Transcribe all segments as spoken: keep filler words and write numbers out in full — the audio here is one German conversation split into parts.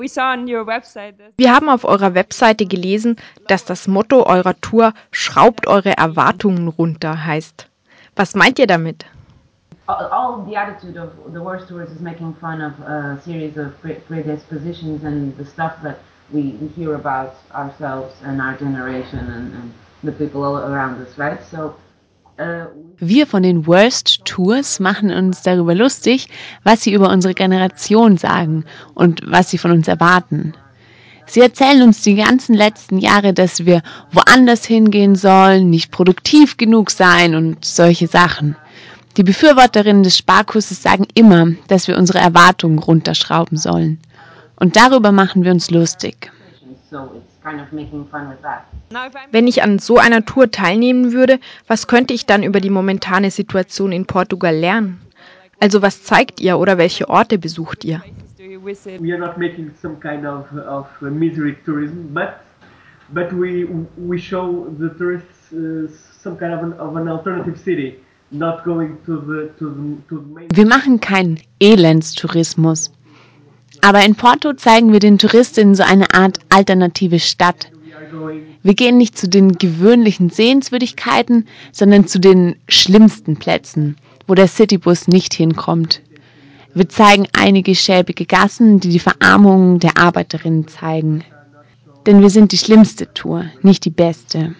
Wir haben auf eurer Webseite gelesen, dass das Motto eurer Tour "Schraubt eure Erwartungen runter" heißt. Was meint ihr damit? All the attitude of the worst tours is making fun of a series of predispositions and the stuff that we hear about ourselves and our generation and, and the people all around us, right? So wir von den Worst Tours machen uns darüber lustig, was sie über unsere Generation sagen und was sie von uns erwarten. Sie erzählen uns die ganzen letzten Jahre, dass wir woanders hingehen sollen, nicht produktiv genug sein und solche Sachen. Die Befürworterinnen des Sparkurses sagen immer, dass wir unsere Erwartungen runterschrauben sollen. Und darüber machen wir uns lustig. Wenn ich an so einer Tour teilnehmen würde, was könnte ich dann über die momentane Situation in Portugal lernen? Also was zeigt ihr oder welche Orte besucht ihr? We are not making some kind of, of misery tourism, but but we we show the tourists uh, some kind of an, of an alternative city, not going to the to the to the main. Wir machen keinen Elendstourismus. Aber in Porto zeigen wir den Touristinnen so eine Art alternative Stadt. Wir gehen nicht zu den gewöhnlichen Sehenswürdigkeiten, sondern zu den schlimmsten Plätzen, wo der Citybus nicht hinkommt. Wir zeigen einige schäbige Gassen, die die Verarmung der Arbeiterinnen zeigen. Denn wir sind die schlimmste Tour, nicht die beste.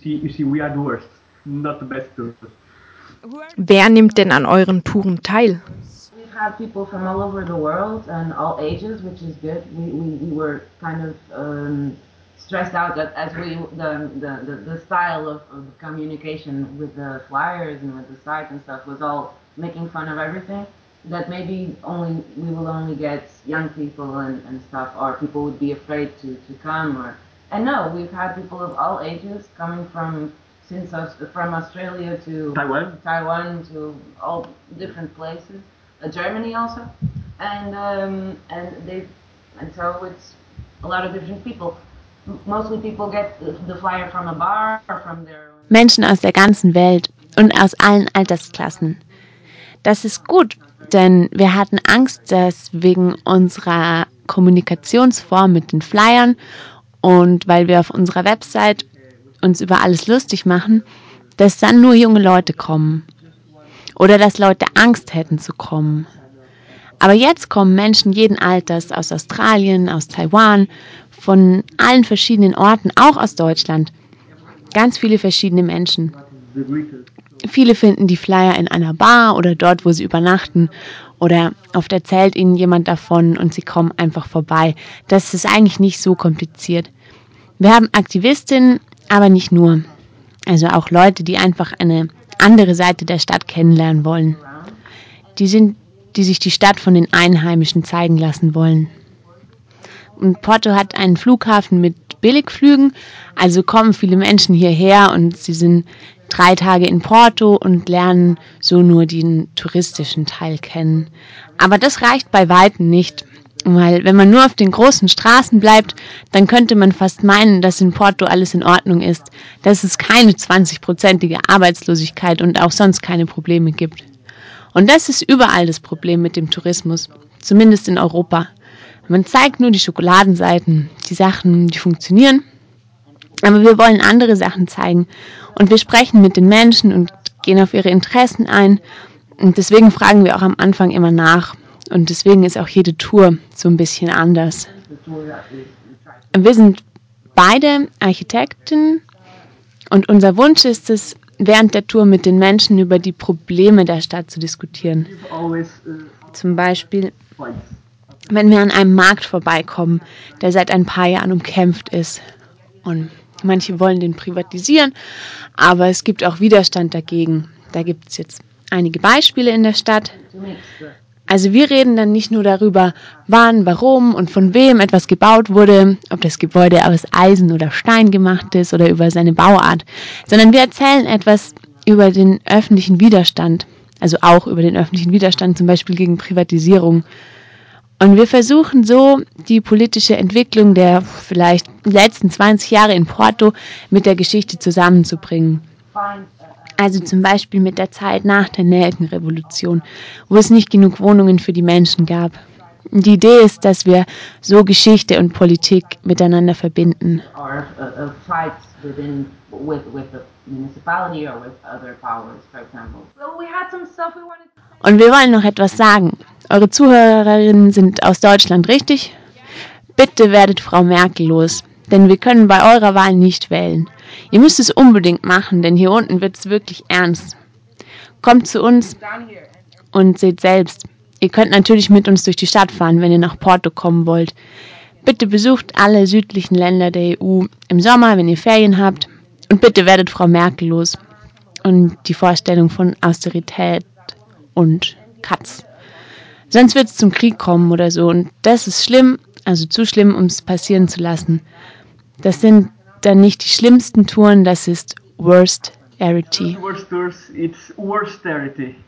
Wer nimmt denn an euren Touren teil? We've had people from all over the world and all ages, which is good. We we, we were kind of um, stressed out that as we the the, the, the style of, of communication with the flyers and with the site and stuff was all making fun of everything. That maybe only we will only get young people and, and stuff, or people would be afraid to, to come. Or and no, we've had people of all ages coming from since us, from Australia to Taiwan, Taiwan to all different places. Uh, Germany also, and um, and they, and so it's a lot of different people. M- mostly people get the, the flyer from a bar or from their. Menschen aus der ganzen Welt und aus allen Altersklassen. Das ist gut, denn wir hatten Angst, dass wegen unserer Kommunikationsform mit den Flyern und weil wir auf unserer Website uns über alles lustig machen, dass dann nur junge Leute kommen. Oder dass Leute Angst hätten zu kommen. Aber jetzt kommen Menschen jeden Alters aus Australien, aus Taiwan, von allen verschiedenen Orten, auch aus Deutschland. Ganz viele verschiedene Menschen. Viele finden die Flyer in einer Bar oder dort, wo sie übernachten. Oder oft erzählt ihnen jemand davon und sie kommen einfach vorbei. Das ist eigentlich nicht so kompliziert. Wir haben Aktivistinnen, aber nicht nur. Also auch Leute, die einfach eine andere Seite der Stadt kennenlernen wollen. Die sind, die sich die Stadt von den Einheimischen zeigen lassen wollen. Und Porto hat einen Flughafen mit Billigflügen, also kommen viele Menschen hierher und sie sind drei Tage in Porto und lernen so nur den touristischen Teil kennen. Aber das reicht bei Weitem nicht, weil wenn man nur auf den großen Straßen bleibt, dann könnte man fast meinen, dass in Porto alles in Ordnung ist, dass es keine zwanzig-prozentige Arbeitslosigkeit und auch sonst keine Probleme gibt. Und das ist überall das Problem mit dem Tourismus, zumindest in Europa. Man zeigt nur die Schokoladenseiten, die Sachen, die funktionieren, aber wir wollen andere Sachen zeigen und wir sprechen mit den Menschen und gehen auf ihre Interessen ein und deswegen fragen wir auch am Anfang immer nach. Und deswegen ist auch jede Tour so ein bisschen anders. Wir sind beide Architekten und unser Wunsch ist es, während der Tour mit den Menschen über die Probleme der Stadt zu diskutieren. Zum Beispiel, wenn wir an einem Markt vorbeikommen, der seit ein paar Jahren umkämpft ist. Und manche wollen den privatisieren, aber es gibt auch Widerstand dagegen. Da gibt es jetzt einige Beispiele in der Stadt. Also wir reden dann nicht nur darüber, wann, warum und von wem etwas gebaut wurde, ob das Gebäude aus Eisen oder Stein gemacht ist oder über seine Bauart, sondern wir erzählen etwas über den öffentlichen Widerstand, also auch über den öffentlichen Widerstand zum Beispiel gegen Privatisierung. Und wir versuchen so, die politische Entwicklung der vielleicht letzten zwanzig Jahre in Porto mit der Geschichte zusammenzubringen. Also zum Beispiel mit der Zeit nach der Nelkenrevolution, wo es nicht genug Wohnungen für die Menschen gab. Die Idee ist, dass wir so Geschichte und Politik miteinander verbinden. Or uh, uh, fights within with with the municipality or with other powers, for example. So we had some stuff we wanted to say. Und wir wollen noch etwas sagen. Eure Zuhörerinnen sind aus Deutschland, richtig? Bitte werdet Frau Merkel los, denn wir können bei eurer Wahl nicht wählen. Ihr müsst es unbedingt machen, denn hier unten wird es wirklich ernst. Kommt zu uns und seht selbst. Ihr könnt natürlich mit uns durch die Stadt fahren, wenn ihr nach Porto kommen wollt. Bitte besucht alle südlichen Länder der E U im Sommer, wenn ihr Ferien habt. Und bitte werdet Frau Merkel los. Und die Vorstellung von Austerität und Katz. Sonst wird es zum Krieg kommen oder so. Und das ist schlimm, also zu schlimm, um es passieren zu lassen. Das sind dann nicht die schlimmsten Touren, das ist Worst-arity. Worst tours, it's worsterity.